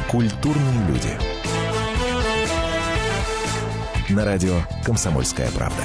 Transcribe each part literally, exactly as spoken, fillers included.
Культурные люди. На радио «Комсомольская правда».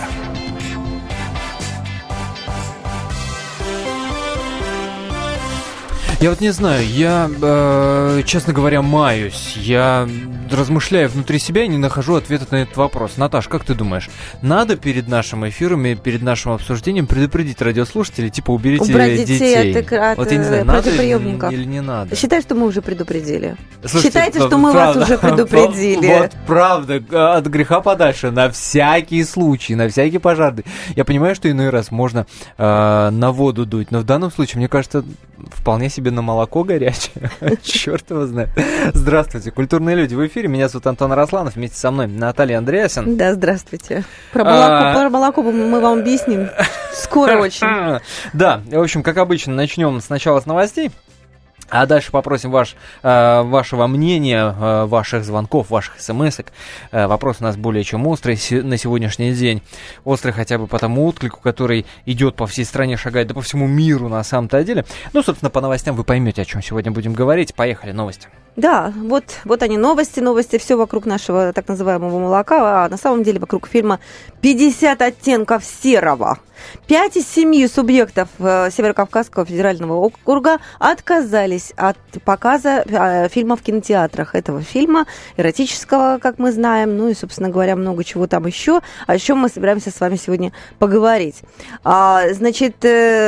Я вот не знаю, я, э, честно говоря, маюсь. Я размышляю внутри себя и не нахожу ответа на этот вопрос. Наташ, как ты думаешь, надо перед нашим эфиром и перед нашим обсуждением предупредить радиослушателей, типа уберите Убрать детей, детей? от, от Вот я не знаю, надо противоприемников. или не надо? Считай, что мы уже предупредили. Слушайте, Считайте, вот что мы правда, вас уже предупредили. Вот правда, от греха подальше, на всякий случай, на всякий пожарный. Я понимаю, что иной раз можно э, на воду дуть, но в данном случае, мне кажется, вполне себе на молоко горячее. Черт его знает. Здравствуйте, культурные люди в эфире. Меня зовут Антон Арасланов. Вместе со мной Наталья Андреасен. Да, здравствуйте. Про молоко, про молоко мы вам объясним скоро очень. Да, в общем, как обычно, начнем сначала с новостей. А дальше попросим ваш, э, вашего мнения, э, ваших звонков, ваших смс-ок. Э, вопрос у нас более чем острый се- на сегодняшний день. Острый хотя бы по тому отклику, который идет по всей стране, шагает, да по всему миру на самом-то деле. Ну, собственно, по новостям вы поймете, о чем сегодня будем говорить. Поехали, новости. Да, вот, вот они новости, новости, все вокруг нашего так называемого молока, а на самом деле вокруг фильма «пятьдесят оттенков серого». Пять из семи субъектов Северокавказского федерального округа отказались от показа фильма в кинотеатрах. Этого фильма, эротического, как мы знаем, ну и, собственно говоря, много чего там еще, о чем мы собираемся с вами сегодня поговорить. Значит,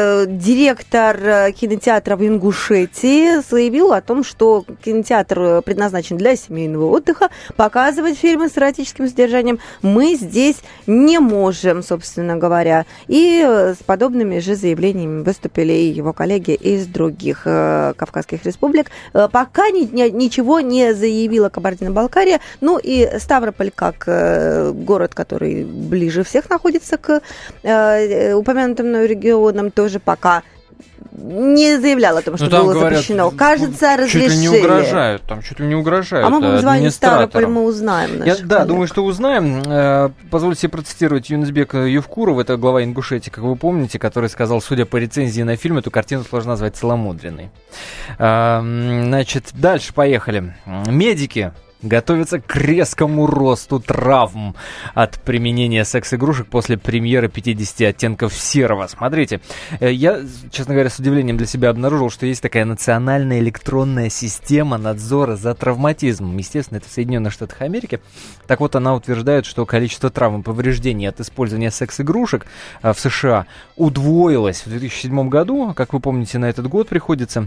директор кинотеатра в Ингушетии заявил о том, что кинотеатр предназначен для семейного отдыха, показывать фильмы с эротическим содержанием мы здесь не можем, собственно говоря. И с подобными же заявлениями выступили и его коллеги из других э, Кавказских республик. Э, пока ни, ни, ничего не заявила Кабардино-Балкария. Ну и Ставрополь, как э, город, который ближе всех находится к э, упомянутым мной регионам, тоже пока не заявлял о том, что ну, было говорят, запрещено. Кажется, разрешили. Чуть ли не угрожают, там чуть ли не угрожают. А мы будем звонить Ставрополь, мы узнаем. Я, да, думаю, что узнаем. Э, позвольте себе процитировать Юнусбека Евкурова, это глава Ингушетии, как вы помните, который сказал, судя по рецензии на фильм, эту картину сложно назвать целомудренной. Э, значит, дальше поехали. Медики готовятся к резкому росту травм от применения секс-игрушек после премьеры пятидесяти оттенков серого. Смотрите, я, честно говоря, с удивлением для себя обнаружил, что есть такая национальная электронная система надзора за травматизмом. Естественно, это в Соединенных Штатах Америки. Так вот, она утверждает, что количество травм и повреждений от использования секс-игрушек в США удвоилось в две тысячи седьмом году. Как вы помните, на этот год приходится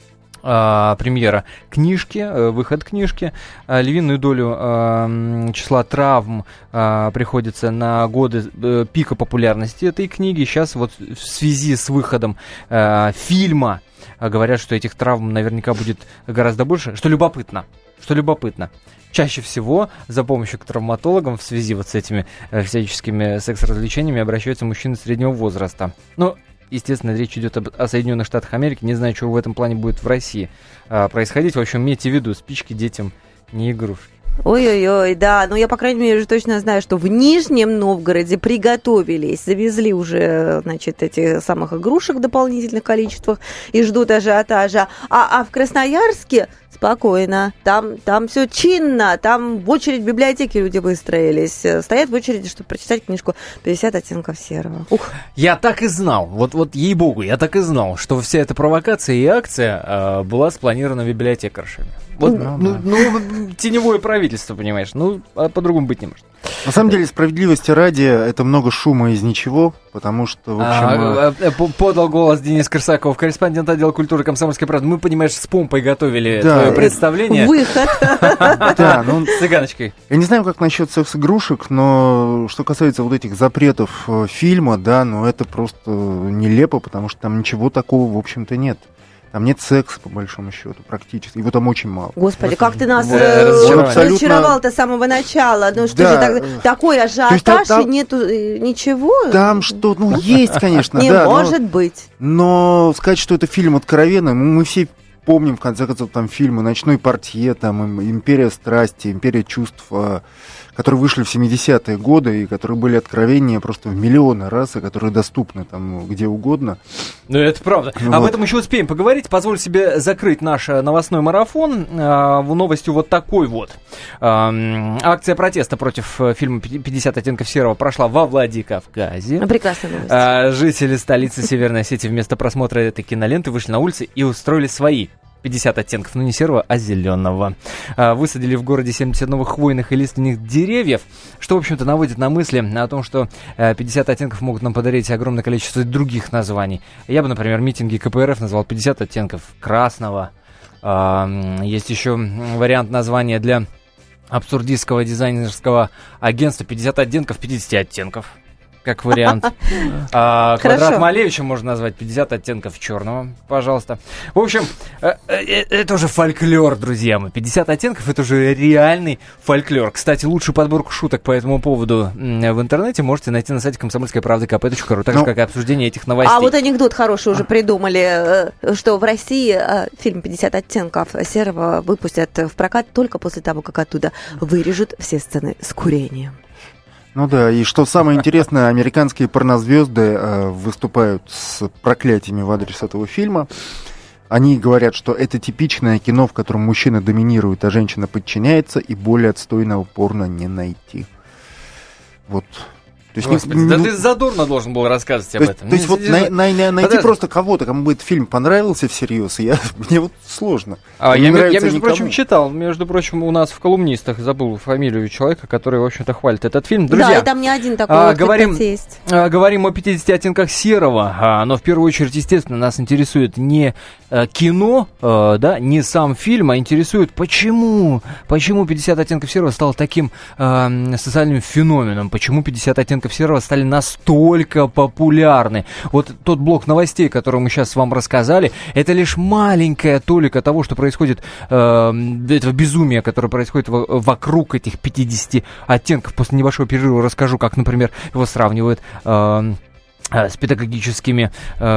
Uh, премьера книжки, uh, выход книжки. Uh, львиную долю uh, числа травм uh, приходится на годы uh, пика популярности этой книги. Сейчас вот в связи с выходом uh, фильма uh, говорят, что этих травм наверняка будет гораздо больше. Что любопытно, что любопытно. Чаще всего за помощью к травматологам в связи вот с этими uh, всяческими секс-развлечениями обращаются мужчины среднего возраста. Ну, естественно, речь идет об, о Соединенных Штатах Америки. Не знаю, что в этом плане будет в России а, происходить. В общем, имейте в виду, спички детям не игрушки. Ой-ой-ой, да, но я, по крайней мере, уже точно знаю, что в Нижнем Новгороде приготовились, завезли уже, значит, этих самых игрушек в дополнительных количествах и ждут ажиотажа. А, а в Красноярске спокойно, там, там все чинно, там в очередь в библиотеке люди выстроились, стоят в очереди, чтобы прочитать книжку «пятьдесят оттенков серого». Ух. Я так и знал, вот, вот ей-богу, я так и знал, что вся эта провокация и акция э, была спланирована библиотекаршами. Вот, ну, ну, ну, теневое правительство, понимаешь, ну, а по-другому быть не может. На самом деле, справедливости ради, это много шума из ничего, потому что, в общем... А, подал голос Денис Корсаков, корреспондент отдела культуры «Комсомольской правды». Мы, понимаешь, с помпой готовили да. твое представление. Выход. Да, ну... С цыганочкой. Я не знаю, как насчет секс-игрушек, но что касается вот этих запретов фильма, да, ну это просто нелепо, потому что там ничего такого, в общем-то, нет. Там нет секса, по большому счету, практически. Его там очень мало. Господи, как ты нас вот. разочаровал-то с самого начала. Ну что да. же, так, такой ажиотаж, там, и нету ничего? Там что, ну есть, конечно, Не да. может но, быть. Но сказать, что это фильм откровенный, мы все помним, в конце концов, там фильмы «Ночной портье», там «Империя страсти», «Империя чувств», которые вышли в семидесятые годы, и которые были откровения просто в миллионы раз, и которые доступны там где угодно. Ну, это правда. Ну, Об вот. этом еще успеем поговорить. Позволь себе закрыть наш новостной марафон э, новостью вот такой вот. Э, акция протеста против фильма «пятьдесят оттенков серого» прошла во Владикавказе. Прекрасная новость. Э, жители столицы Северной Осетии вместо просмотра этой киноленты вышли на улицы и устроили свои пятьдесят оттенков, ну не серого, а зеленого. А, высадили в городе семьдесят новых хвойных и лиственных деревьев, что, в общем-то, наводит на мысли о том, что а, пятьдесят оттенков могут нам подарить огромное количество других названий. Я бы, например, митинги ка пэ эр эф назвал пятьдесят оттенков красного. А, есть еще вариант названия для абсурдистского дизайнерского агентства «пятьдесят оттенков пятидесяти оттенков». Как вариант. А, Квадрат Малевича можно назвать пятьдесят оттенков черного, пожалуйста. В общем, это уже фольклор, друзья мои. пятьдесят оттенков — это уже реальный фольклор. Кстати, лучшую подборку шуток по этому поводу в интернете можете найти на сайте комсомольской правды ка пэ точка ру, так же, как и обсуждение этих новостей. А вот анекдот хороший уже придумали, что в России фильм «пятьдесят оттенков серого» выпустят в прокат только после того, как оттуда вырежут все сцены с курением. Ну да, и что самое интересное, американские порнозвезды э, выступают с проклятиями в адрес этого фильма. Они говорят, что это типичное кино, в котором мужчина доминирует, а женщина подчиняется, и более отстойного порно не найти. Вот. То есть, Господи, не, да ну, ты задорно должен был рассказывать об то есть, этом. То есть вот на, на, на, найти Подожди. просто кого-то, кому бы этот фильм понравился всерьез, я, мне вот сложно. А, Не я, нравится я, между никому. прочим, читал, между прочим, у нас в колумнистах забыл фамилию человека, который, в общем-то, хвалит этот фильм. Друзья, да, и там не один такой а, вот говорим, есть. а, говорим о пятидесяти оттенках серого, а, но в первую очередь, естественно, нас интересует не а, кино, а, да, не сам фильм, а интересует, почему, почему пятьдесят оттенков серого стал таким а, социальным феноменом, почему пятьдесят оттенков серого стали настолько популярны. Вот тот блок новостей, который мы сейчас вам рассказали, это лишь маленькая толика того, что происходит, э, этого безумия, которое происходит в- вокруг этих пятидесяти оттенков. После небольшого перерыва расскажу, как, например, его сравнивают э, с педагогическими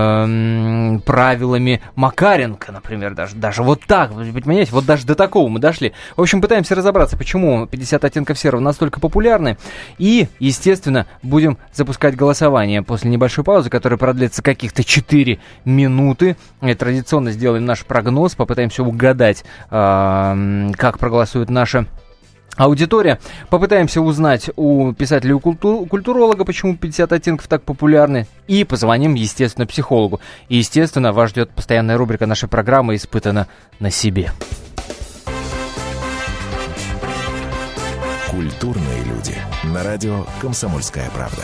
э, правилами Макаренко, например, даже, даже вот так, вы понимаете, вот даже до такого мы дошли. В общем, пытаемся разобраться, почему пятьдесят оттенков серого настолько популярны, и, естественно, будем запускать голосование после небольшой паузы, которая продлится каких-то четыре минуты. И традиционно сделаем наш прогноз, попытаемся угадать, э, как проголосует наша аудитория. Попытаемся узнать у писателя и культу- культуролога, почему пятьдесят оттенков так популярны. И позвоним, естественно, психологу. И, естественно, вас ждет постоянная рубрика нашей программы «Испытано на себе». Культурные люди. На радио «Комсомольская правда».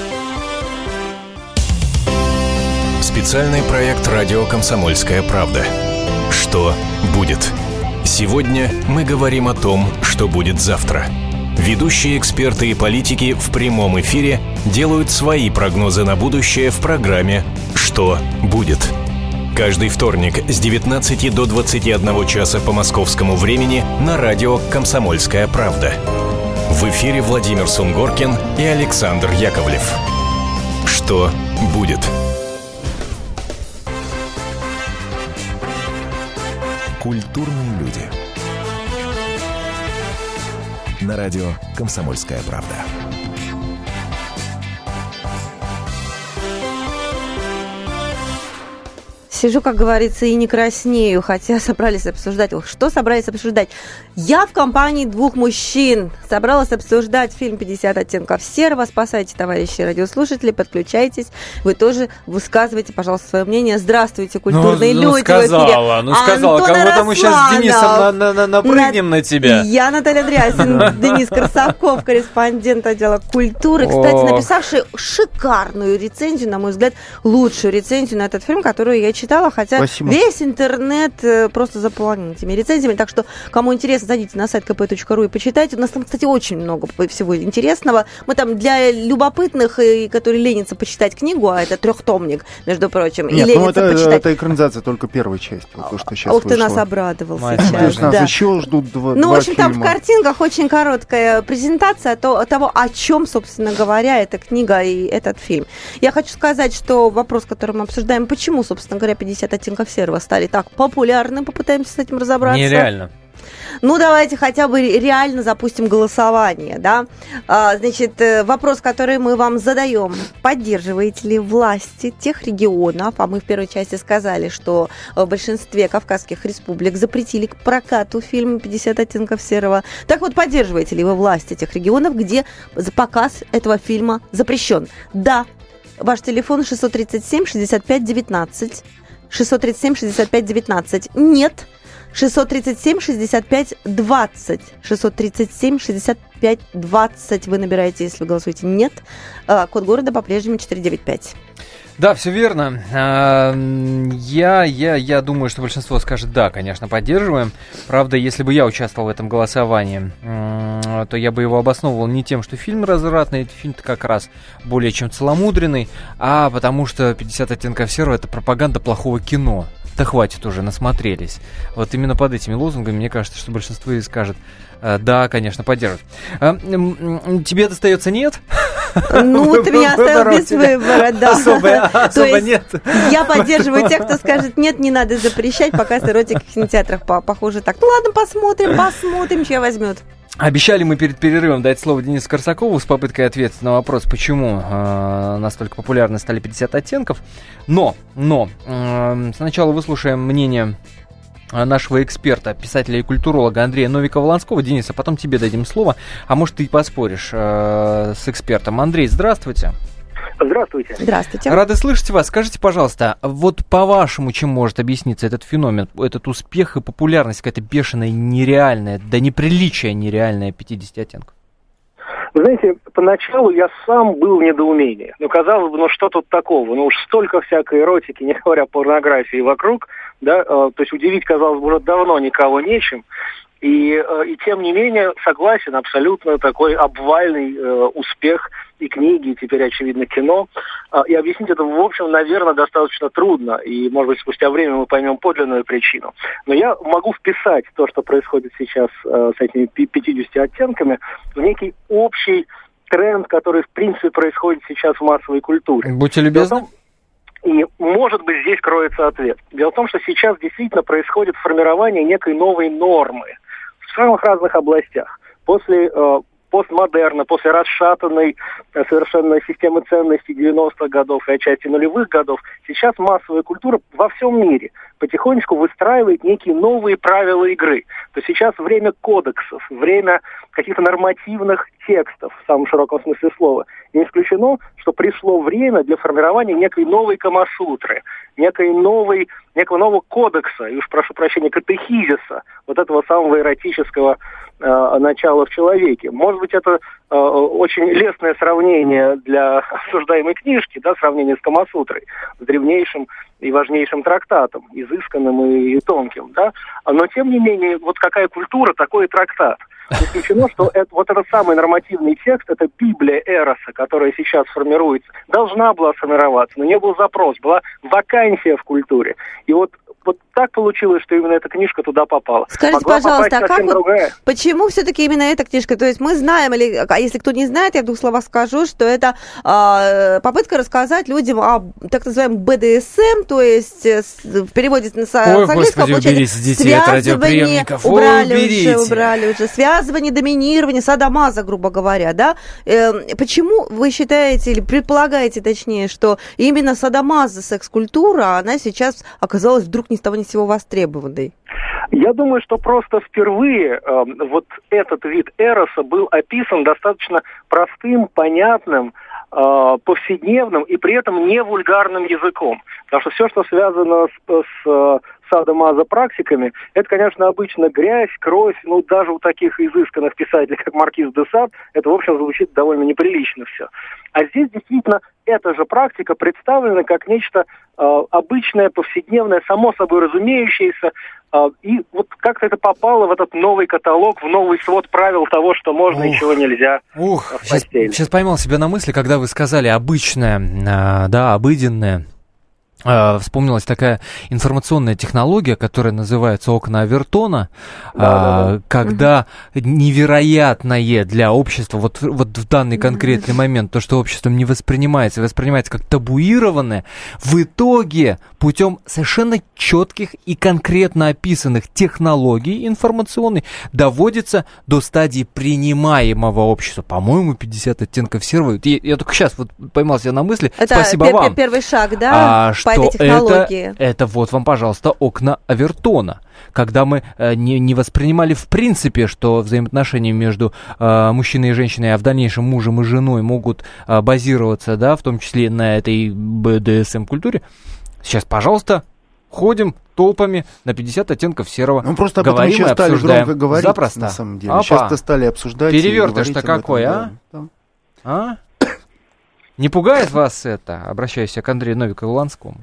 Специальный проект «Радио Комсомольская правда». Что будет? Сегодня мы говорим о том, что будет завтра. Ведущие эксперты и политики в прямом эфире делают свои прогнозы на будущее в программе «Что будет?». Каждый вторник с девятнадцати до двадцати одного часа по московскому времени на радио «Комсомольская правда». В эфире Владимир Сунгоркин и Александр Яковлев. Что будет? Культурные люди. На радио «Комсомольская правда». Сижу, как говорится, и не краснею, хотя собрались обсуждать. Ох, что собрались обсуждать? Я в компании двух мужчин собралась обсуждать фильм «пятьдесят оттенков серого». Спасайте, товарищи радиослушатели, подключайтесь. Вы тоже высказывайте, пожалуйста, свое мнение. Здравствуйте, культурные ну, люди ну, сказала, в эфире. ну сказала, Антон как будто мы сейчас с Денисом на, на, на, напрыгнем на, на тебя. Я Наталья Дрязин, Денис Корсаков, корреспондент отдела культуры, кстати, Ох. написавший шикарную рецензию, на мой взгляд, лучшую рецензию на этот фильм, которую я читала. Хотя Спасибо. весь интернет э, просто заполнен этими рецензиями. Так что, кому интересно, зайдите на сайт ка пэ точка ру и почитайте. У нас там, кстати, очень много всего интересного. Мы там для любопытных, и, которые ленятся почитать книгу, а это трехтомник, между прочим, Нет, и ну ленятся это, почитать. это экранизация только первой части. Вот то, что сейчас Ух, ты вышло. нас обрадовал Мать сейчас. моя. То есть нас да. еще ждут два, Ну, два в общем, там в фильма. картинках очень короткая презентация то- того, о чем, собственно говоря, эта книга и этот фильм. Я хочу сказать, что вопрос, который мы обсуждаем, почему, собственно говоря, пятьдесят оттенков серого стали так популярны, попытаемся с этим разобраться. Нереально. Ну, давайте хотя бы реально запустим голосование, да. А, значит, вопрос, который мы вам задаем. Поддерживаете ли власти тех регионов, а мы в первой части сказали, что в большинстве кавказских республик запретили к прокату фильм «пятьдесят оттенков серого». Так вот, поддерживаете ли вы власти тех регионов, где показ этого фильма запрещен? Да. Ваш телефон шестьсот тридцать семь шестьдесят пять девятнадцать. шестьсот тридцать семь шестьдесят пять девятнадцать. Нет. шестьсот тридцать семь шестьдесят пять двадцать. шестьсот тридцать семь шестьдесят пять двадцать. Вы набираете, если вы голосуете нет. Код города по-прежнему четыреста девяносто пять. Да, все верно. Я, я, я думаю, что большинство скажет да, конечно, поддерживаем. Правда, если бы я участвовал в этом голосовании, то я бы его обосновывал не тем, что фильм развратный, фильм-то как раз более чем целомудренный, а потому что «пятьдесят оттенков серого» — это пропаганда плохого кино. Да хватит уже, насмотрелись. Вот именно под этими лозунгами, мне кажется, что большинство и скажет да, конечно, поддерживают. Тебе достается нет? Ну, ты меня оставил без выбора, да. Особо нет. Я поддерживаю тех, кто скажет, нет, не надо запрещать, показ эротики в кинотеатрах, похоже так. Ну ладно, посмотрим, посмотрим, чья возьмет. Обещали мы перед перерывом дать слово Денису Корсакову с попыткой ответить на вопрос, почему э, настолько популярны стали пятьдесят оттенков. Но, но, э, сначала выслушаем мнение нашего эксперта, писателя и культуролога Андрея Новикова-Ланского. Денис, а потом тебе дадим слово. А может, ты поспоришь э, с экспертом. Андрей, здравствуйте. Здравствуйте. Здравствуйте. Рады слышать вас. Скажите, пожалуйста, вот по-вашему, чем может объясниться этот феномен, этот успех и популярность какая-то бешеная, нереальная, да неприличие нереальное пятьдесят оттенков? Вы знаете, поначалу я сам был в недоумении. Ну, казалось бы, ну что тут такого? Ну уж столько всякой эротики, не говоря о порнографии вокруг, да, э, то есть удивить, казалось бы, уже давно никого нечем. И, э, и тем не менее, согласен, абсолютно такой обвальный э, успех и книги, и теперь, очевидно, кино. Э, и объяснить это, в общем, наверное, достаточно трудно. И, может быть, спустя время мы поймем подлинную причину. Но я могу вписать то, что происходит сейчас э, с этими пятьюдесятью оттенками, в некий общий тренд, который, в принципе, происходит сейчас в массовой культуре. Будьте любезны. И, может быть, здесь кроется ответ. Дело в том, что сейчас действительно происходит формирование некой новой нормы в самых разных областях. После э, постмодерна, после расшатанной э, совершенно системы ценностей девяностых годов и отчасти нулевых годов, сейчас массовая культура во всем мире потихонечку выстраивает некие новые правила игры. То есть сейчас время кодексов, время каких-то нормативных текстов в самом широком смысле слова. Не исключено, что пришло время для формирования некой новой камасутры, некой новой, некого нового кодекса, и уж прошу прощения, катехизиса, вот этого самого эротического э, начала в человеке. Может быть, это э, очень лестное сравнение для обсуждаемой книжки, да, сравнение с Камасутрой, с древнейшим и важнейшим трактатом, изысканным и, и тонким, да. Но, тем не менее, вот какая культура, такой и трактат. Не исключено, что это, вот этот самый нормативный текст, это Библия Эроса, которая сейчас формируется, должна была сформироваться, но не был запрос, была вакансия в культуре. И вот, вот так получилось, что именно эта книжка туда попала. Скажите, Могла пожалуйста, а как вот, другая. Почему все-таки именно эта книжка? То есть мы знаем, или а если кто не знает, я в двух словах скажу, что это а, попытка рассказать людям о так называемом бэ дэ эс эм, то есть в переводе с, Ой, с английского получается связывание, убрали уже, убрали уже, связывание, доминирование, садомаза, грубо говоря, да? Э, почему вы считаете, или предполагаете, точнее, что именно садомаза, секс-культура, она сейчас оказалась вдруг ни с того ни с сего востребованной? Я думаю, что просто впервые э, вот этот вид эроса был описан достаточно простым, понятным, э, повседневным и при этом не вульгарным языком. Потому что все, что связано с, с садомазо-практиками, это, конечно, обычно грязь, кровь, ну, даже у таких изысканных писателей, как Маркиз де Сад, это, в общем, звучит довольно неприлично все. А здесь действительно эта же практика представлена как нечто э, обычное, повседневное, само собой разумеющееся, э, и вот как-то это попало в этот новый каталог, в новый свод правил того, что можно и чего нельзя ух, в постели. Сейчас, сейчас поймал себя на мысли, когда вы сказали обычное, э, да, обыденное. вспомнилась такая информационная технология, которая называется «Окна Авертона», Да, да, да. когда угу. невероятное для общества, вот, вот в данный конкретный угу. момент, то, что обществом не воспринимается, воспринимается как табуированное, в итоге путем совершенно четких и конкретно описанных технологий информационных доводится до стадии принимаемого общества. По-моему, пятьдесят оттенков серого. Я, я только сейчас вот поймал себя на мысли. Это Спасибо пер- вам. первый шаг, да? А, По этой технологии. Это, это вот вам, пожалуйста, окна Авертона. Когда мы э, не, не воспринимали в принципе, что взаимоотношения между э, мужчиной и женщиной, а в дальнейшем мужем и женой могут э, базироваться, да, в том числе на этой бэ дэ эс эм-культуре. Сейчас, пожалуйста, ходим толпами на пятьдесят оттенков серого. Ну, просто говорим об этом сейчас стали громко говорить, запросто. На самом деле. Опа. Сейчас-то стали обсуждать. Перевертыш-то какой, этом, а? Да. А? Не пугает вас это? Обращаюсь я к Андрею Новикову Ланскому.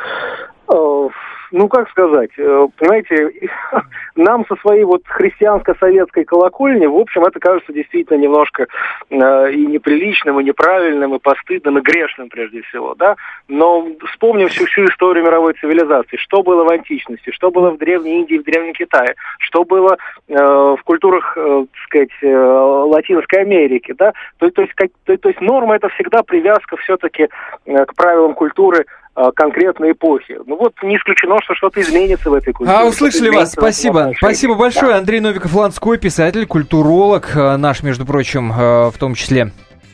Ну, как сказать, понимаете, нам со своей вот христианско-советской колокольни, в общем, это кажется действительно немножко э, и неприличным, и неправильным, и постыдным, и грешным прежде всего, да, но вспомним всю, всю историю мировой цивилизации, что было в античности, что было в Древней Индии, в Древнем Китае, что было э, в культурах, э, так сказать, э, Латинской Америки, да, то, то, есть, как, то, то есть норма это всегда привязка все-таки э, к правилам культуры конкретной эпохи. Ну вот не исключено, что что-то изменится в этой культуре. А, услышали вас, спасибо. Спасибо большое. Да. Андрей Новиков Ланской, писатель, культуролог, наш, между прочим, в том числе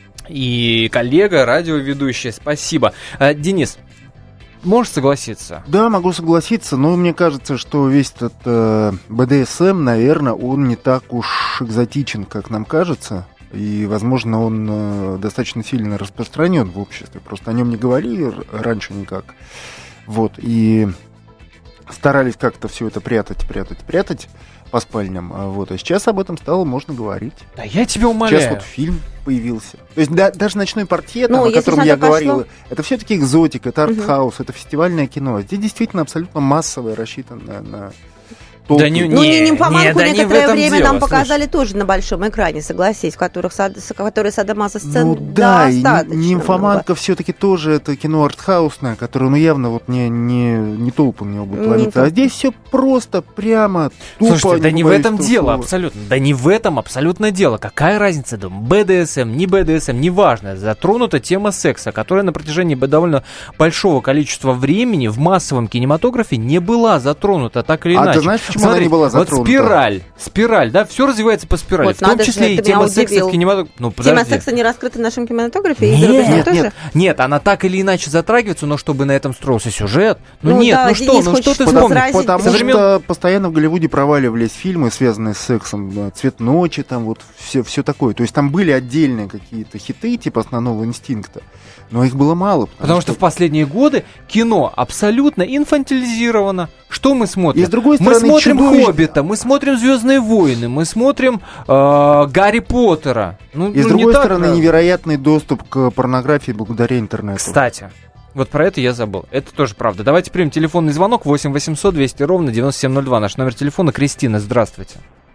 и коллега, радиоведущий. Спасибо. Денис, можешь согласиться? Да, могу согласиться, но мне кажется, что весь этот э, бэ дэ эс эм, наверное, он не так уж экзотичен, как нам кажется. И, возможно, он э, достаточно сильно распространен в обществе. Просто о нем не говорили р- раньше никак. Вот. И старались как-то все это прятать, прятать, прятать по спальням. Вот. А сейчас об этом стало можно говорить. Да я тебя умоляю. Сейчас вот фильм появился. То есть да, даже «Ночной портье», там, ну, о котором я пошло... говорил, это все-таки экзотика, это артхаус, угу. это фестивальное кино. Здесь действительно абсолютно массовое, рассчитанное на... Да не, ну, не, не, Нимфоманку да некоторое не время дело, нам показали слушай. тоже на большом экране, согласись, в которых сад, которые садомазо сцен ну, да, достаточно. «Нимфоманка» все-таки тоже это кино артхаусное, которое, ну, явно вот не, не, не толпу не будет ломиться. А здесь все просто, прямо, тупо. Слушайте, да не в этом дело, слова. абсолютно. Да не в этом абсолютно дело. Какая разница, думаю, бэ дэ эс эм, не бэ дэ эс эм, неважно. Затронута тема секса, которая на протяжении довольно большого количества времени в массовом кинематографе не была затронута, так или иначе. А ты знаешь, почему Смотри, она не была затронута? Вот спираль, спираль, да, все развивается по спирали, вот, в том числе и тема секса в кинематографе. Ну, тема секса не раскрыта в нашем кинематографе? Нет, нет, тоже? нет, нет, она так или иначе затрагивается, но чтобы на этом строился сюжет. Ну, ну нет, да, ну что, ну что ты вспомнишь? Потому Со времен... что постоянно в Голливуде проваливались фильмы, связанные с сексом, «Цвет ночи», там вот все, все такое. То есть там были отдельные какие-то хиты, типа «Основного инстинкта», но их было мало. Потому, потому что... что в последние годы кино абсолютно инфантилизировано. Что мы смотрим? И с другой стороны, мы смотрим чудовищ... «Хоббита», мы смотрим «Звездные войны», мы смотрим э, «Гарри Поттера». Ну, и ну, с другой не стороны, так, невероятный доступ к порнографии благодаря интернету. Кстати, вот про это я забыл. Это тоже правда. Давайте примем телефонный звонок восемь восемьсот двести ровно девяносто семь ноль два. Наш номер телефона. Кристина, здравствуйте.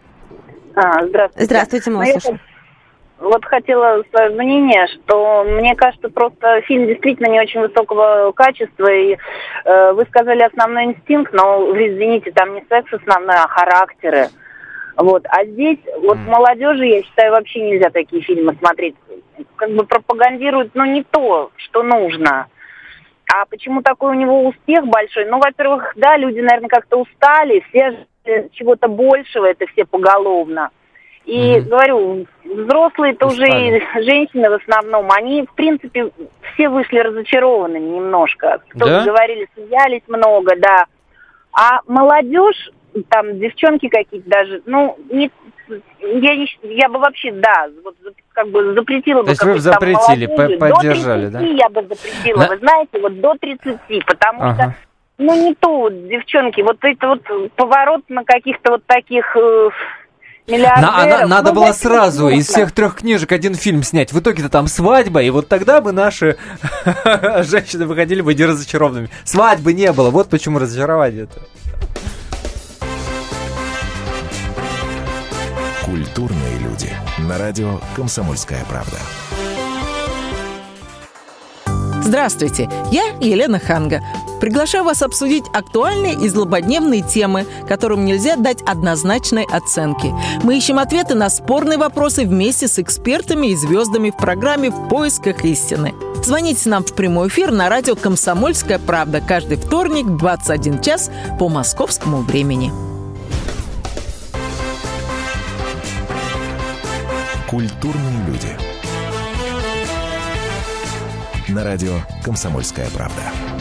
А, здравствуйте. Здравствуйте, мы вас слушаем. Вот хотела свое мнение, что мне кажется, просто фильм действительно не очень высокого качества. И э, вы сказали «Основной инстинкт», но, извините, там не секс основной, а характеры. Вот. А здесь вот Mm. молодежи, я считаю, вообще нельзя такие фильмы смотреть. Как бы пропагандируют, ну, не то, что нужно. А почему такой у него успех большой? Ну, во-первых, да, люди, наверное, как-то устали, все чего-то большего, это все поголовно. И, mm-hmm. говорю, взрослые-то уже и женщины в основном, они, в принципе, все вышли разочарованными немножко. Кто-то да? говорили, смеялись много, да. А молодежь, там, девчонки какие-то даже, ну, не, я, не, я бы вообще, да, вот, как бы запретила бы. То есть вы запретили, молодежи. поддержали, до тридцати да? Я бы запретила, да? Вы знаете, вот до тридцати, потому ага. что, ну, не то, вот, девчонки, вот это вот поворот на каких-то вот таких... Э, На, надо ну, было сразу из всех трех книжек один фильм снять. В итоге-то там свадьба, и вот тогда бы наши женщины выходили бы не разочарованными. Свадьбы не было, вот почему разочарование-то. Культурные люди. На радио «Комсомольская правда». Здравствуйте, я Елена Ханга. Приглашаю вас обсудить актуальные и злободневные темы, которым нельзя дать однозначной оценки. Мы ищем ответы на спорные вопросы вместе с экспертами и звездами в программе «В поисках истины». Звоните нам в прямой эфир на радио «Комсомольская правда» каждый вторник в двадцать один час по московскому времени. Культурные люди. На радио «Комсомольская правда».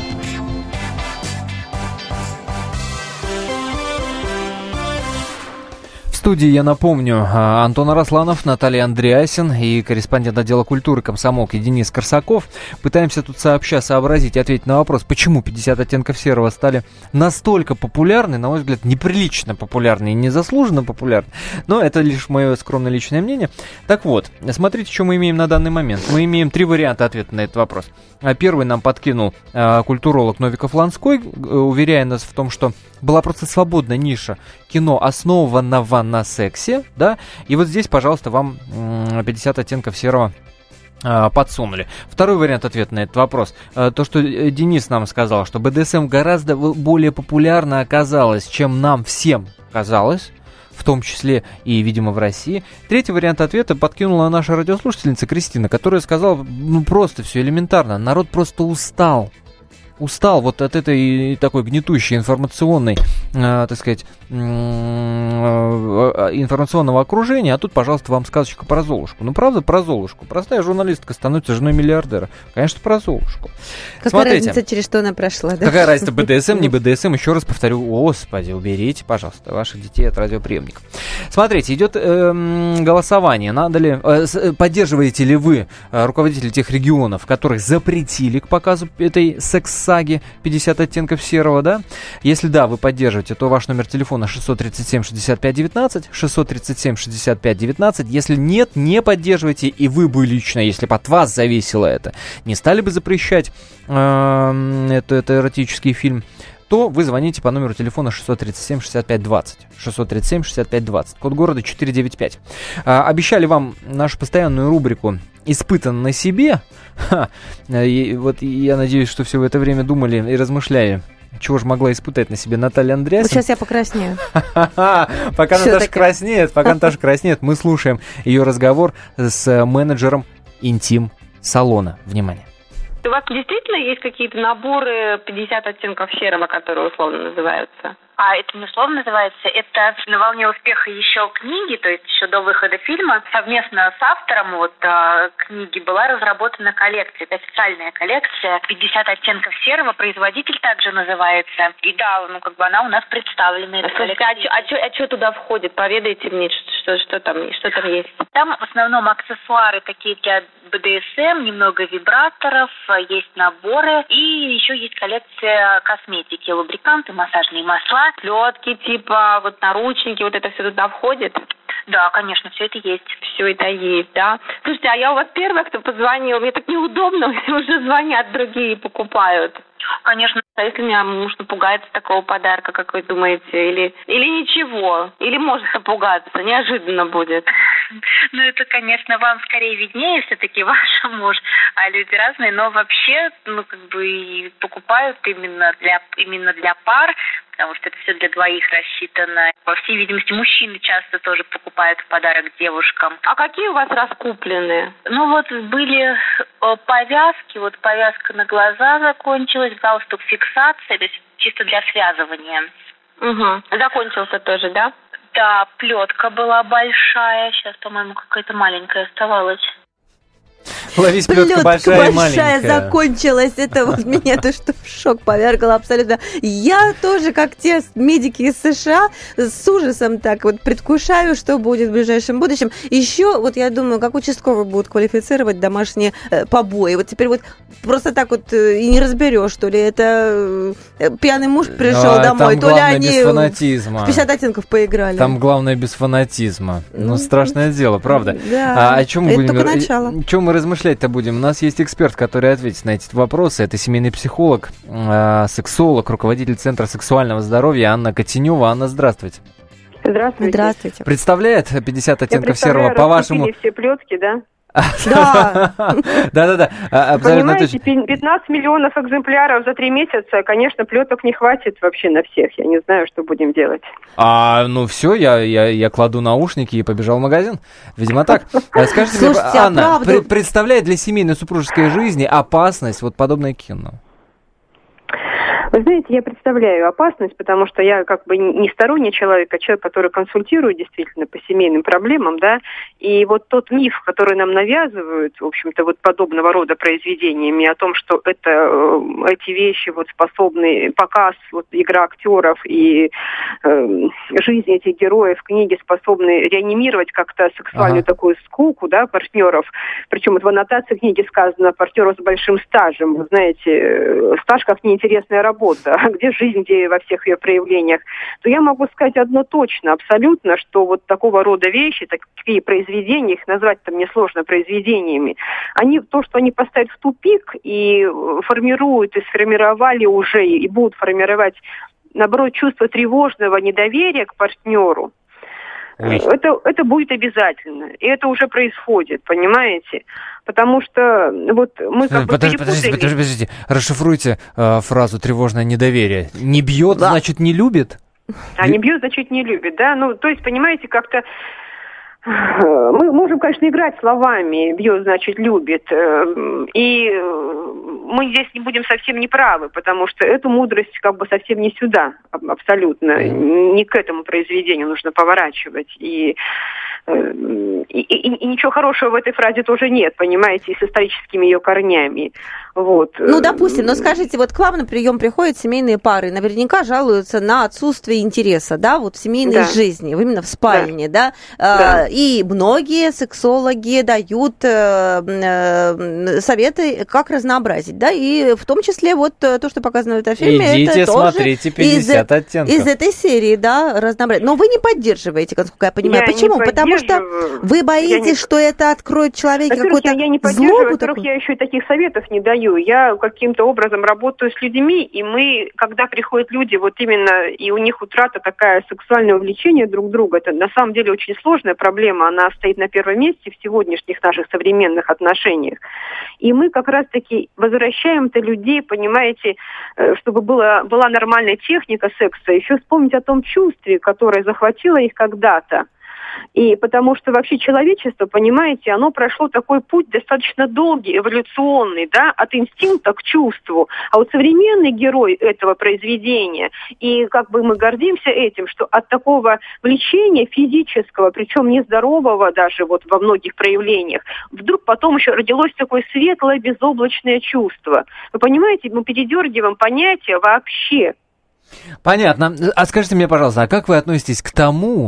В студии, я напомню, Антон Арасланов, Наталья Андреасин и корреспондент отдела культуры комсомолки Денис Корсаков. Пытаемся тут сообща сообразить и ответить на вопрос, почему пятьдесят оттенков серого стали настолько популярны, на мой взгляд, неприлично популярны и незаслуженно популярны. Но это лишь мое скромное личное мнение. Так вот, смотрите, что мы имеем на данный момент. Мы имеем три варианта ответа на этот вопрос. Первый нам подкинул э, культуролог Новиков-Ланской, уверяя нас в том, что была просто свободная ниша кино, основанного на сексе, да, и вот здесь, пожалуйста, вам пятьдесят оттенков серого э, подсунули. Второй вариант ответа на этот вопрос. Э, то, что Денис нам сказал, что бэ дэ эс эм гораздо более популярно оказалось, чем нам всем казалось, в том числе и, видимо, в России. Третий вариант ответа подкинула наша радиослушательница Кристина, которая сказала, ну, просто все элементарно. Народ просто устал. Устал вот от этой такой гнетущей информационной, э, так сказать, э, информационного окружения. А тут, пожалуйста, вам сказочка про Золушку. Ну, правда, про Золушку. Простая журналистка становится женой миллиардера. Конечно, про Золушку. Какая Смотрите, разница, через что она прошла, да? Какая разница, бэ дэ эс эм, не бэ дэ эс эм, еще раз повторю, господи, уберите, пожалуйста, ваших детей от радиоприемников. Смотрите, идет э, голосование. Надо ли, э, поддерживаете ли вы э, руководителей тех регионов, в которых запретили к показу этой секс саги пятьдесят оттенков серого, да? Если да, вы поддерживаете, то ваш номер телефона шестьсот тридцать семь шестьдесят пять девятнадцать, шестьсот тридцать семь шестьдесят пять девятнадцать. Если нет, не поддерживайте, и вы бы лично, если бы от вас зависело это, не стали бы запрещать э, это, это эротический фильм, то вы звоните по номеру телефона шестьсот тридцать семь шестьдесят пять двадцать. шестьсот тридцать семь шестьдесят пять двадцать. Код города четыреста девяносто пять. А, обещали вам нашу постоянную рубрику «Испытан на себе». Ха. И вот я надеюсь, что все это время думали и размышляли, чего же могла испытать на себе Наталья Андреасин. Вот сейчас я покраснею. Пока Наташа краснеет, пока Наташа краснеет, мы слушаем ее разговор с менеджером интим-салона. Внимание. У вас действительно есть какие-то наборы пятьдесят оттенков серого, которые условно называются? А это не условно называется, это на волне успеха еще книги, то есть еще до выхода фильма. Совместно с автором вот а, книги была разработана коллекция, это официальная коллекция пятьдесят оттенков серого, производитель также называется. И да, ну как бы она у нас представлена. А, слушайте, а что а а туда входит? Поведайте мне, что, что, там, что там есть. Там в основном аксессуары такие для бэ дэ эс эм, немного вибраторов, есть наборы и еще есть коллекция косметики, лубриканты, массажные масла. Плетки, типа, вот наручники, вот это все туда входит? Да, конечно, все это есть. Все это есть, да. Слушайте, а я у вас первая, кто позвонил. Мне так неудобно, мне уже звонят другие и покупают. Конечно. А если меня муж напугается такого подарка, как вы думаете? Или, или ничего? Или может напугаться? Неожиданно будет. Ну, это, конечно, вам скорее виднее, все-таки ваш муж, а люди разные, но вообще, ну, как бы и покупают именно для, именно для пар, потому что это все для двоих рассчитано. По всей видимости, мужчины часто тоже покупают в подарок девушкам. А какие у вас раскуплены? Ну, вот были повязки, вот повязка на глаза закончилась, галстук фиксация, то есть чисто для связывания. Угу. Закончился тоже, да? Да, плетка была большая. Сейчас, по-моему, какая-то маленькая оставалась. Ловись, плетка большая, большая маленькая. Закончилась. Это вот меня то, что в шок повергало абсолютно. Я тоже, как те медики из США, с ужасом так вот предвкушаю, что будет в ближайшем будущем. Еще, вот я думаю, как участковый будут квалифицировать домашние э, побои. Вот теперь вот просто так вот э, и не разберешь, что ли это э, пьяный муж пришел а, домой, то ли они без фанатизма. в пятьдесят оттенков поиграли. Там главное без фанатизма. Ну, страшное дело, правда. Да, а о чем мы это будем... только начало. Чем мы размышлять-то будем? У нас есть эксперт, который ответит на эти вопросы. Это семейный психолог, э, сексолог, руководитель Центра сексуального здоровья Анна Котенева. Анна, здравствуйте. Здравствуйте. Здравствуйте. Представляет пятьдесят оттенков серого, по-вашему... все плетки, да? Да. Да-да-да, абсолютно точно. Понимаете, пятнадцать миллионов экземпляров за три месяца, конечно, плеток не хватит вообще на всех. Я не знаю, что будем делать. А, ну все, я, я, я кладу наушники и побежал в магазин. Видимо, так. Скажите мне, Слушайте, а Анна, правда- пред- представляет для семейной супружеской жизни опасность вот подобное кино? Вы знаете, я представляю опасность, потому что я как бы не сторонний человек, а человек, который консультирует действительно по семейным проблемам, да, и вот тот миф, который нам навязывают, в общем-то, вот подобного рода произведениями, о том, что это, э, эти вещи вот способны, показ, вот игра актеров и э, жизнь этих героев книги способны реанимировать как-то сексуальную ага. такую скуку, да, партнеров, причем вот в аннотации книги сказано партнеров с большим стажем, вы знаете, стаж как неинтересная работа, а где жизнь, где во всех ее проявлениях, то я могу сказать одно точно, абсолютно, что вот такого рода вещи, такие произведения, их назвать-то мне сложно произведениями, они, то, что они поставят в тупик и формируют, и сформировали уже, и будут формировать, наоборот, чувство тревожного недоверия к партнеру, Это, это будет обязательно. И это уже происходит, понимаете? Потому что вот мы как Подожди, бы подождите, подождите, подождите. Расшифруйте э, фразу «тревожное недоверие». Не бьет, да. значит, не любит? А не бьет, значит, не любит, да? Ну, то есть, понимаете, как-то мы можем, конечно, играть словами «бьет, значит, любит», и мы здесь не будем совсем неправы, потому что эту мудрость как бы совсем не сюда, абсолютно, не к этому произведению нужно поворачивать, и, и, и, и ничего хорошего в этой фразе тоже нет, понимаете, и с историческими ее корнями. Вот. Ну, допустим, но скажите, вот к вам на прием приходят семейные пары, наверняка жалуются на отсутствие интереса, да, вот в семейной да. жизни, именно в спальне, да, да? да. И многие сексологи дают э, э, советы, как разнообразить, да, и в том числе вот то, что показано в этом фильме, идите, это тоже смотрите пятьдесят из, оттенков. Из этой серии, да, разнообразить. Но вы не поддерживаете, насколько я понимаю. Я Почему? Потому что вы боитесь, не... что это откроет человеке какую-то я, я не поддерживаю, во-первых, я еще и таких советов не даю. Я каким-то образом работаю с людьми, и мы, когда приходят люди, вот именно, и у них утрата такая сексуальное увлечение друг друга, это на самом деле очень сложная проблема, она стоит на первом месте в сегодняшних наших современных отношениях. И мы как раз-таки возвращаем-то людей, понимаете, чтобы была, была нормальная техника секса, еще вспомнить о том чувстве, которое захватило их когда-то. И потому что вообще человечество, понимаете, оно прошло такой путь достаточно долгий, эволюционный, да, от инстинкта к чувству. А вот современный герой этого произведения, и как бы мы гордимся этим, что от такого влечения физического, причем нездорового даже вот во многих проявлениях, вдруг потом еще родилось такое светлое безоблачное чувство. Вы понимаете, мы передергиваем понятие вообще. Понятно. А скажите мне, пожалуйста, а как вы относитесь к тому,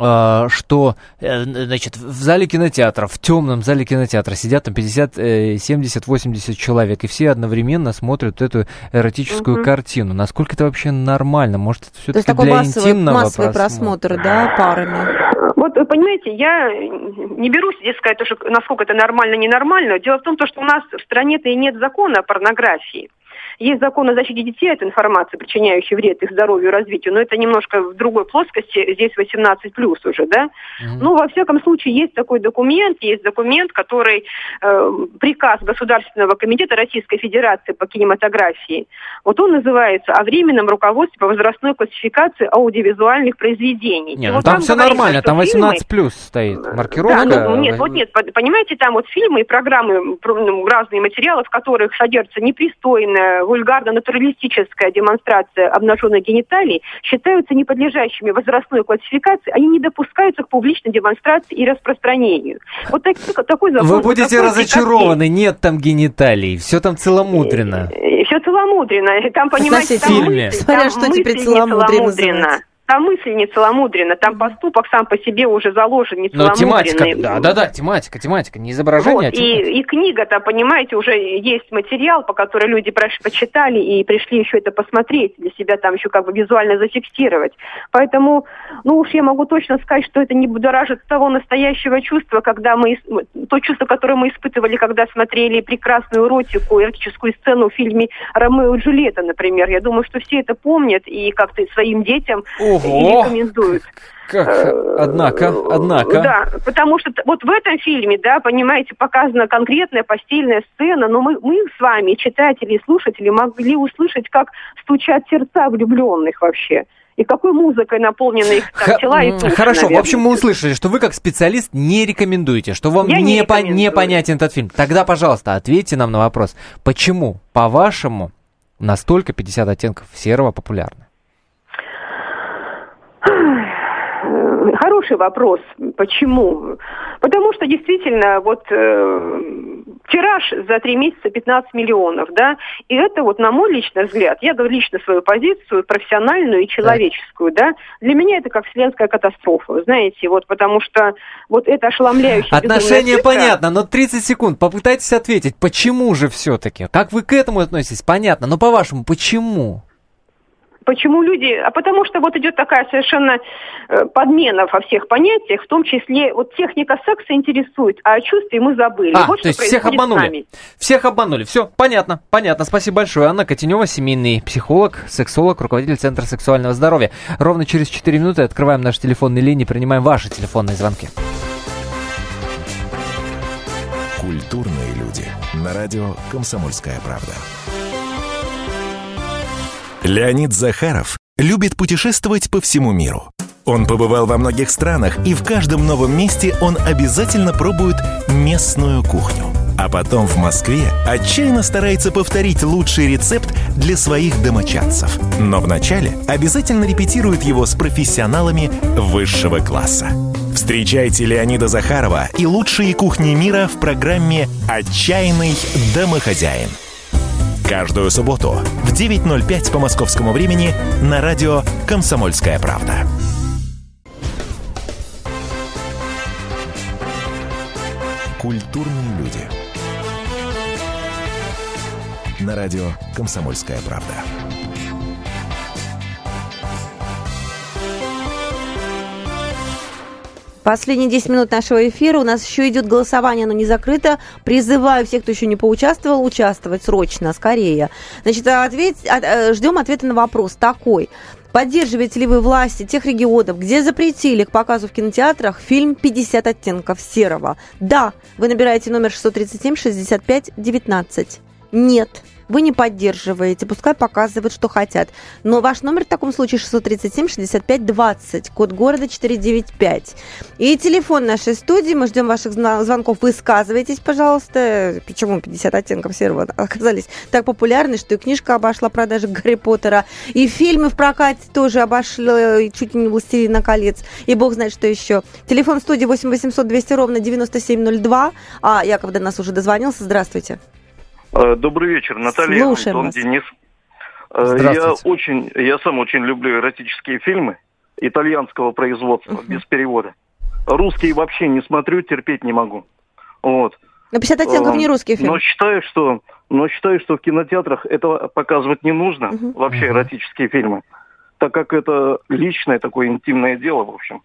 что, значит, в зале кинотеатра, в темном зале кинотеатра сидят там пятьдесят, семьдесят, восемьдесят человек, и все одновременно смотрят эту эротическую угу. картину. Насколько это вообще нормально? Может, это все-таки для массовый, интимного массовый просмотр, просмотра, да, парами? Вот, вы понимаете, я не берусь здесь сказать, что, насколько это нормально, ненормально. Дело в том, что у нас в стране-то и нет закона о порнографии. Есть закон о защите детей от информации, причиняющей вред их здоровью и развитию, но это немножко в другой плоскости, здесь восемнадцать плюс уже, да? Mm-hmm. Ну, во всяком случае, есть такой документ, есть документ, который, э, приказ Государственного комитета Российской Федерации по кинематографии, вот он называется «О временном руководстве по возрастной классификации аудиовизуальных произведений». Нет, ну вот там, там все нормально, там восемнадцать плюс фильмы... стоит, маркировка. Да, ну, нет, вот нет, понимаете, там вот фильмы и программы, разные материалы, в которых содержится непристойная, вульгарно-натуралистическая демонстрация обнаженной гениталии, считаются неподлежащими возрастной классификации, они не допускаются к публичной демонстрации и распространению. Вот так, такой закон. Вы будете разочарованы, нет там гениталий, все там целомудренно. Все целомудренно, там, понимаете, там мысль, Смотря что теперь целомудренно. Там мысль не целомудренна, там поступок сам по себе уже заложен не целомудренный. Но тематика, да-да-да, тематика, тематика, не изображение, вот, а тематика. И, и книга-то, понимаете, уже есть материал, по которому люди почитали и пришли еще это посмотреть, для себя там еще как бы визуально зафиксировать. Поэтому, ну уж я могу точно сказать, что это не будоражит того настоящего чувства, когда мы, то чувство, которое мы испытывали, когда смотрели прекрасную эротику, эротическую сцену в фильме «Ромео и Джульетта», например. Я думаю, что все это помнят и как-то своим детям... и не рекомендуют. Как? Однако, однако. Да, потому что вот в этом фильме, да, понимаете, показана конкретная постельная сцена, но мы, мы с вами, читатели и слушатели, могли услышать, как стучат сердца влюбленных вообще. И какой музыкой наполнены их там, тела и души, Хорошо, наверное. в общем, мы услышали, что вы как специалист не рекомендуете, что вам Я не, не по- не понятен этот фильм. Тогда, пожалуйста, ответьте нам на вопрос. Почему, по-вашему, настолько пятьдесят оттенков серого популярны? Хороший вопрос. Почему? Потому что действительно вот э, тираж за три месяца пятнадцать миллионов, да, и это вот, на мой личный взгляд, я говорю лично свою позицию, профессиональную и человеческую, да, для меня это как вселенская катастрофа, вы знаете, вот потому что вот это ошеломляющее. Отношение понятно, но тридцать секунд, попытайтесь ответить, почему же все-таки? Как вы к этому относитесь? Понятно, но по-вашему, почему? Почему люди... А потому что вот идет такая совершенно э, подмена во всех понятиях, в том числе вот техника секса интересует, а о чувстве мы забыли. А, вот то есть всех обманули. Всех обманули. Все, понятно, понятно. Спасибо большое. Анна Котенева, семейный психолог, сексолог, руководитель Центра сексуального здоровья. Ровно через четыре минуты открываем наши телефонные линии, принимаем ваши телефонные звонки. Культурные люди. На радио «Комсомольская правда». Леонид Захаров любит путешествовать по всему миру. Он побывал во многих странах, и в каждом новом месте он обязательно пробует местную кухню. А потом в Москве отчаянно старается повторить лучший рецепт для своих домочадцев. Но вначале обязательно репетирует его с профессионалами высшего класса. Встречайте Леонида Захарова и лучшие кухни мира в программе «Отчаянный домохозяин». Каждую субботу в девять ноль пять по московскому времени на радио «Комсомольская правда». Культурные люди. На радио «Комсомольская правда». Последние десять минут нашего эфира. У нас еще идет голосование, оно не закрыто. Призываю всех, кто еще не поучаствовал, участвовать срочно, скорее. Значит, ответь, от, ждем ответа на вопрос такой. Поддерживаете ли вы власти тех регионов, где запретили к показу в кинотеатрах фильм «пятьдесят оттенков серого»? Да. Вы набираете номер шестьсот тридцать семь шестьдесят пять девятнадцать. Нет. Вы не поддерживаете, пускай показывают, что хотят. Но ваш номер в таком случае шестьсот тридцать семь шестьдесят пять двадцать, код города четыреста девяносто пять. И телефон нашей студии, мы ждем ваших звонков. Высказывайтесь, пожалуйста. Почему пятьдесят оттенков серого оказались так популярны, что и книжка обошла продажи Гарри Поттера, и фильмы в прокате тоже обошли чуть ли не «Властелина колец», и бог знает, что еще. Телефон студии восемь восемьсот двести ровно девяносто семь ноль два. А Яков до нас уже дозвонился. Здравствуйте. Добрый вечер, Наталья, Слушаем Антон, вас. Денис. Я очень, я сам очень люблю эротические фильмы итальянского производства, uh-huh. без перевода. Русские вообще не смотрю, терпеть не могу. Вот. Но пятьдесят оттенков не русский фильм. Но считаю, что, но считаю, что в кинотеатрах этого показывать не нужно, uh-huh. вообще uh-huh. эротические фильмы, так как это личное такое интимное дело, в общем.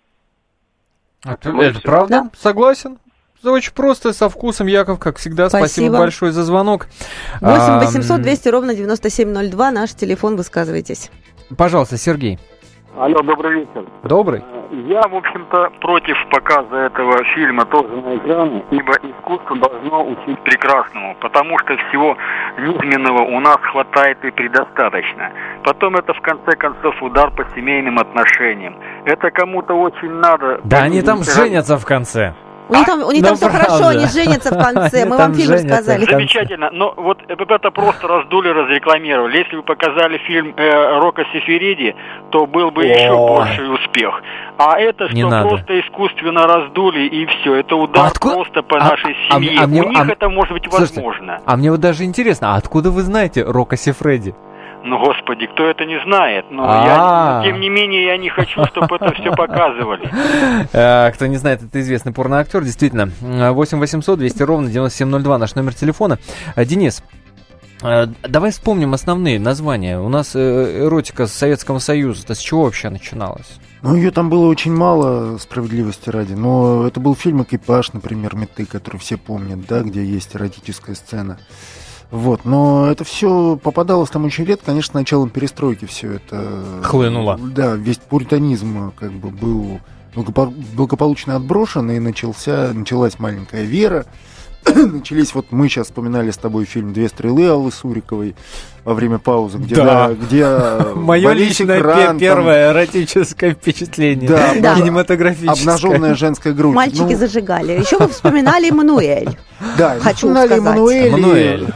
Это, это правда? Да. Согласен. Очень просто, со вкусом, Яков, как всегда. Спасибо, Спасибо большое за звонок. восемь восемьсот двести ровно девяносто семь ноль два, наш телефон, высказывайтесь. Пожалуйста, Сергей. Алло, добрый вечер. Добрый. Я, в общем-то, против показа этого фильма тоже на экране, ибо искусство должно учить прекрасному, потому что всего низменного у нас хватает и предостаточно. Потом это, в конце концов, удар по семейным отношениям. Это кому-то очень надо. Да они там женятся в конце. У них там, у них там все хорошо, они женятся в конце. Мы вам фильм сказали. Замечательно. Но вот это просто раздули, разрекламировали. Если бы показали фильм э, Рока Сефериди, то был бы еще больший успех. А это что просто искусственно раздули, и все. Это удар просто по нашей семье. У них это может быть возможно. А мне вот даже интересно, а откуда вы знаете Рока Сефериди? Ну, господи, кто это не знает? Но я, тем не менее, я не хочу, чтобы это все показывали. Кто не знает, это известный порноактер, действительно. восемь восемьсот двести ровно девяносто семь ноль два, наш номер телефона. Денис, давай вспомним основные названия. У нас эротика Советского Союза-то с чего вообще начиналась? Ну, ее там было очень мало, справедливости ради. Но это был фильм «Экипаж», например, «Меты», который все помнят, да, где есть эротическая сцена. Вот, но это все попадалось там очень редко. Конечно, с началом перестройки все это... Хлынуло. Да, весь пуританизм как бы был благополучно отброшен, и начался, началась маленькая вера. Начались, вот мы сейчас вспоминали с тобой фильм «Две стрелы» Аллы Суриковой во время паузы, где, да. Да, где мое личное экран, первое там... эротическое впечатление, да, да. кинематографическое. Обнаженная женская грудь. Мальчики ну... зажигали. Еще вы вспоминали Эммануэль. Да, хочу вспоминали сказать. Эммануэль. Эммануэль.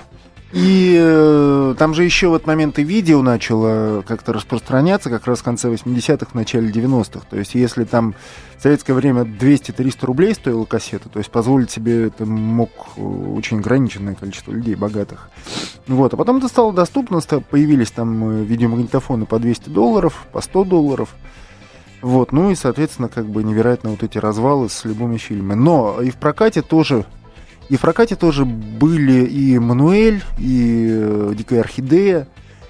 И э, там же еще в этот момент и видео начало как-то распространяться, как раз в конце восьмидесятых, в начале девяностых. То есть если там в советское время двести-триста рублей стоила кассета, то есть позволить себе это мог очень ограниченное количество людей, богатых. Вот. А потом это стало доступно, появились там видеомагнитофоны по двести долларов, по сто долларов. Вот. Ну и, соответственно, как бы невероятно вот эти развалы с любыми фильмами. Но и в прокате тоже... И в прокате тоже были и «Эммануэль», и э, «Дикая орхидея»,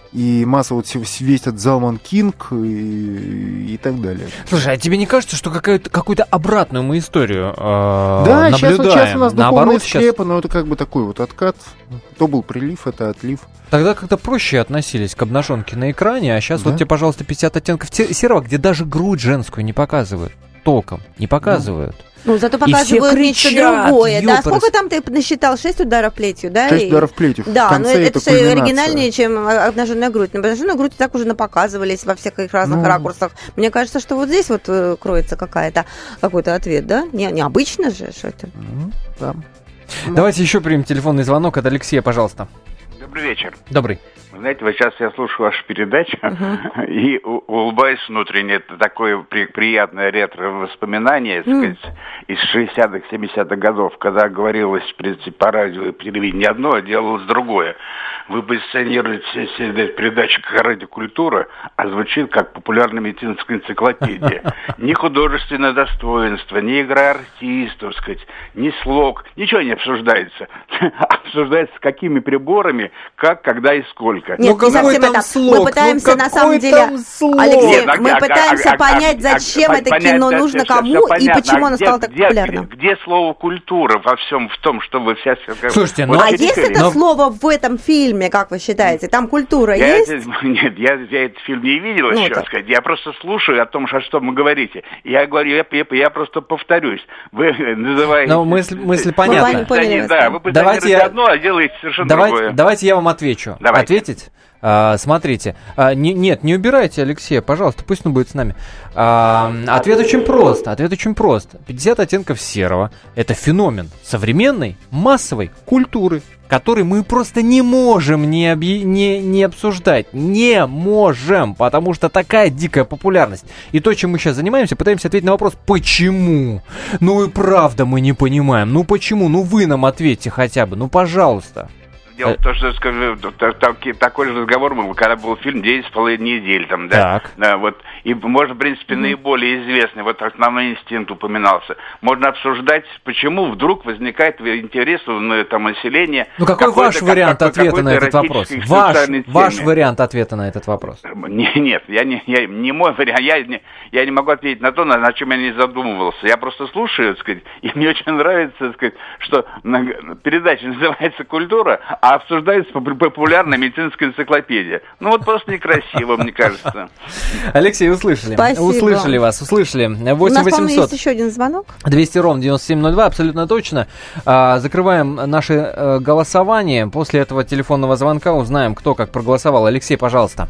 и масса вот весь этот «Залман Кинг» и, и так далее. Слушай, а тебе не кажется, что какую-то, какую-то обратную мы историю э, да, наблюдаем? Да, сейчас, сейчас у нас Наоборот, духовные сейчас... скрепы, но это как бы такой вот откат. То был прилив, это отлив. Тогда как-то проще относились к обнаженке на экране, а сейчас да? вот тебе, пожалуйста, пятьдесят оттенков серого, где даже грудь женскую не показывают. Толком не показывают. Ну, зато показывают нечто другое. Да, сколько там ты насчитал? Шесть ударов плетью, да? Шесть ударов плетью. Да, но это же оригинальнее, чем обнаженная грудь. На обнаженную грудь так уже напоказывались во всех их разных ну... ракурсах. Мне кажется, что вот здесь вот кроется какая-то, какой-то ответ, да? Не, необычно же, что это. Ну, да. Давайте еще примем телефонный звонок от Алексея, пожалуйста. Добрый вечер. Добрый. Вы знаете, вот сейчас я слушаю вашу передачу uh-huh. и улыбаюсь внутренне. Это такое при, приятное ретро-воспоминание, так uh-huh. сказать, из шестидесятых, семидесятых годов, когда говорилось, в принципе, по радио и по телевидению одно, а делалось другое. Вы позиционируете все передачи как радиокультура, а звучит как популярная медицинская энциклопедия. Ни художественное достоинство, ни игра артистов, сказать, ни слог, ничего не обсуждается. Обсуждается, с какими приборами, как, когда и сколько. Нет, ну, не совсем это. Слог? Мы пытаемся, ну, на самом деле, Алексей, Нет, мы а, пытаемся а, понять, а, зачем а, это понять, кино нужно все, кому все, все и почему а оно где, стало так где, популярным. Где, где слово «культура» во всем в том, чтобы вся... Слушайте, вот, ну... А есть это но... слово в этом фильме, как вы считаете? Там культура я есть? Это, нет, я, я этот фильм не видел ну, еще, так сказать. Я просто слушаю о том, о чем вы говорите. Я говорю, я, я, я просто повторюсь. Вы называете... Ну, мысль, мысль понятна. Поняли, да, вы позиционируете я... одно, а делаете совершенно давайте, другое. Давайте я вам отвечу. Давайте. Ответить? А, смотрите, а, не, нет, не убирайте Алексея, пожалуйста, пусть он будет с нами. А, ответ очень прост, ответ очень прост. пятьдесят оттенков серого – это феномен современной массовой культуры, который мы просто не можем не, объ... не, не обсуждать, не можем, потому что такая дикая популярность. И то, чем мы сейчас занимаемся, пытаемся ответить на вопрос «почему?». Ну и правда мы не понимаем, ну почему, ну вы нам ответьте хотя бы, ну пожалуйста. Дело в том, что скажу, такой же разговор был, когда был фильм «Девять с половиной недель», там, да, так. да, вот, и, может, в принципе, mm-hmm. наиболее известный, вот основной инстинкт упоминался. Можно обсуждать, почему вдруг возникает интерес у там, населения. Ну, какой ваш вариант как, ответа на этот вопрос? Ваш, ваш вариант ответа на этот вопрос? Не, нет, я не, я, не мой вариант, я не, я не могу ответить на то, на, на чем я не задумывался. Я просто слушаю, так сказать, и мне очень нравится, так сказать, что передача называется «Культура», а обсуждается популярная медицинская энциклопедия. Ну вот просто некрасиво, мне кажется. Алексей, услышали. Спасибо. Услышали вас, услышали. восемь восемьсот. У нас, есть еще один звонок. двести ровно девяносто семь ноль два, абсолютно точно. А, закрываем наше а, голосование. После этого телефонного звонка узнаем, кто как проголосовал. Алексей, пожалуйста.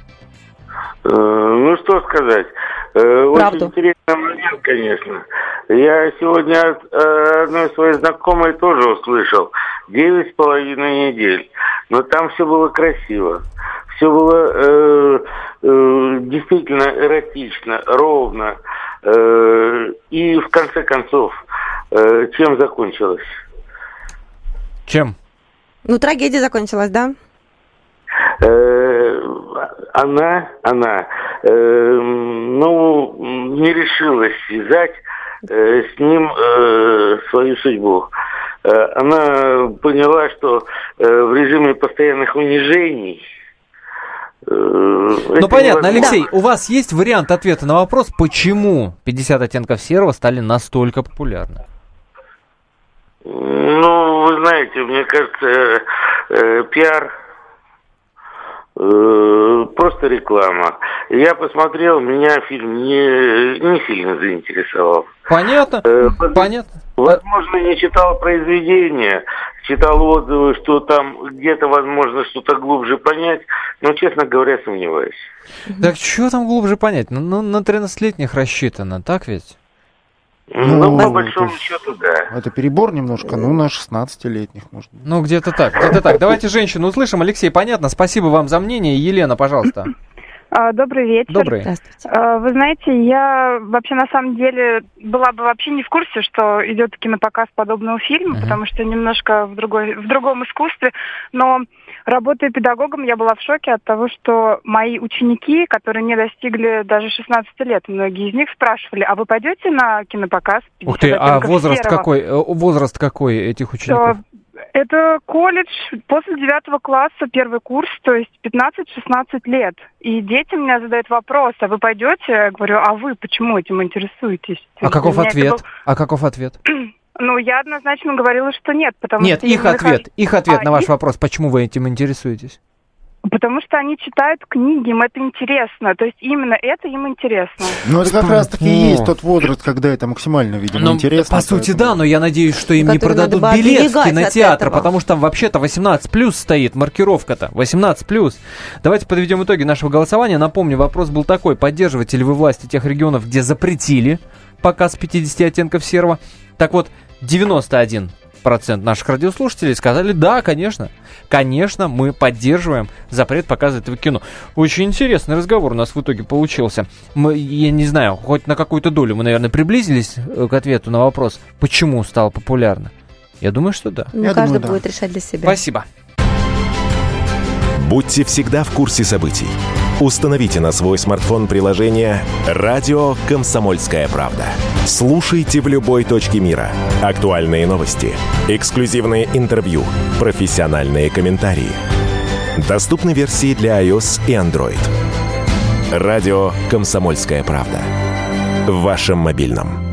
Ну, что сказать. Правду. Очень интересный момент, конечно. Я сегодня от одной своей знакомой тоже услышал. Девять с половиной недель. Но там все было красиво. Все было э, э, действительно эротично, ровно. Э, и в конце концов, э, чем закончилось? Чем? Ну, трагедия закончилась, да? Э, она, она, э, ну, не решилась связать э, с ним э, свою судьбу. Э, она поняла, что э, в режиме постоянных унижений... Э, ну, понятно, Алексей, да. У вас есть вариант ответа на вопрос, почему пятьдесят оттенков серого стали настолько популярны? Ну, вы знаете, мне кажется, э, пиар, э, просто реклама. Я посмотрел, меня фильм не, не сильно заинтересовал. Понятно, э, понятно. Возможно, не читал произведения, читал отзывы, что там где-то возможно что-то глубже понять, но, честно говоря, сомневаюсь. Так что там глубже понять? Ну, ну на тринадцатилетних рассчитано, так ведь? Ну, ну по большому это, счету, да. Это перебор немножко, ну, на шестнадцатилетних, может быть. Ну, где-то так, где-то так. Давайте женщину услышим. Алексей, понятно, спасибо вам за мнение. Елена, пожалуйста. Добрый вечер. Добрый. Вы знаете, я вообще на самом деле была бы вообще не в курсе, что идет кинопоказ подобного фильма, uh-huh. потому что немножко в, другой, в другом искусстве. Но работая педагогом, я была в шоке от того, что мои ученики, которые не достигли даже шестнадцати лет, многие из них спрашивали, а вы пойдете на кинопоказ? Ух ты, а возраст какой, возраст какой этих учеников? Это колледж после девятого класса, первый курс, то есть пятнадцать-шестнадцать лет. И дети меня задают вопрос, а вы пойдете? Я говорю, а вы почему этим интересуетесь? А каков ответ? Был... А каков ответ? Ну, я однозначно говорила, что нет, потому нет, что... Нет, их ответ, нахож... их ответ а, на ваш их... вопрос, почему вы этим интересуетесь? Потому что они читают книги, им это интересно. То есть именно это им интересно. Ну, это как раз-таки и есть тот возраст, когда это максимально, видимо, ну, интересно. По сути, поэтому... да, но я надеюсь, что им не продадут билет в кинотеатр, потому что там вообще-то восемнадцать плюс стоит, маркировка-то, восемнадцать плюс. Давайте подведем итоги нашего голосования. Напомню, вопрос был такой: поддерживаете ли вы власти тех регионов, где запретили показ пятьдесят оттенков серого? Так вот, девяносто один процент наших радиослушателей сказали, да, конечно, конечно, мы поддерживаем запрет показа этого кино. Очень интересный разговор у нас в итоге получился. Мы, я не знаю, хоть на какую-то долю мы, наверное, приблизились к ответу на вопрос, почему стало популярно. Я думаю, что да. Ну, я каждый думаю, будет да. решать для себя. Спасибо. Будьте всегда в курсе событий. Установите на свой смартфон приложение «Радио Комсомольская правда». Слушайте в любой точке мира. Актуальные новости, эксклюзивные интервью, профессиональные комментарии. Доступны версии для iOS и Android. «Радио Комсомольская правда». В вашем мобильном.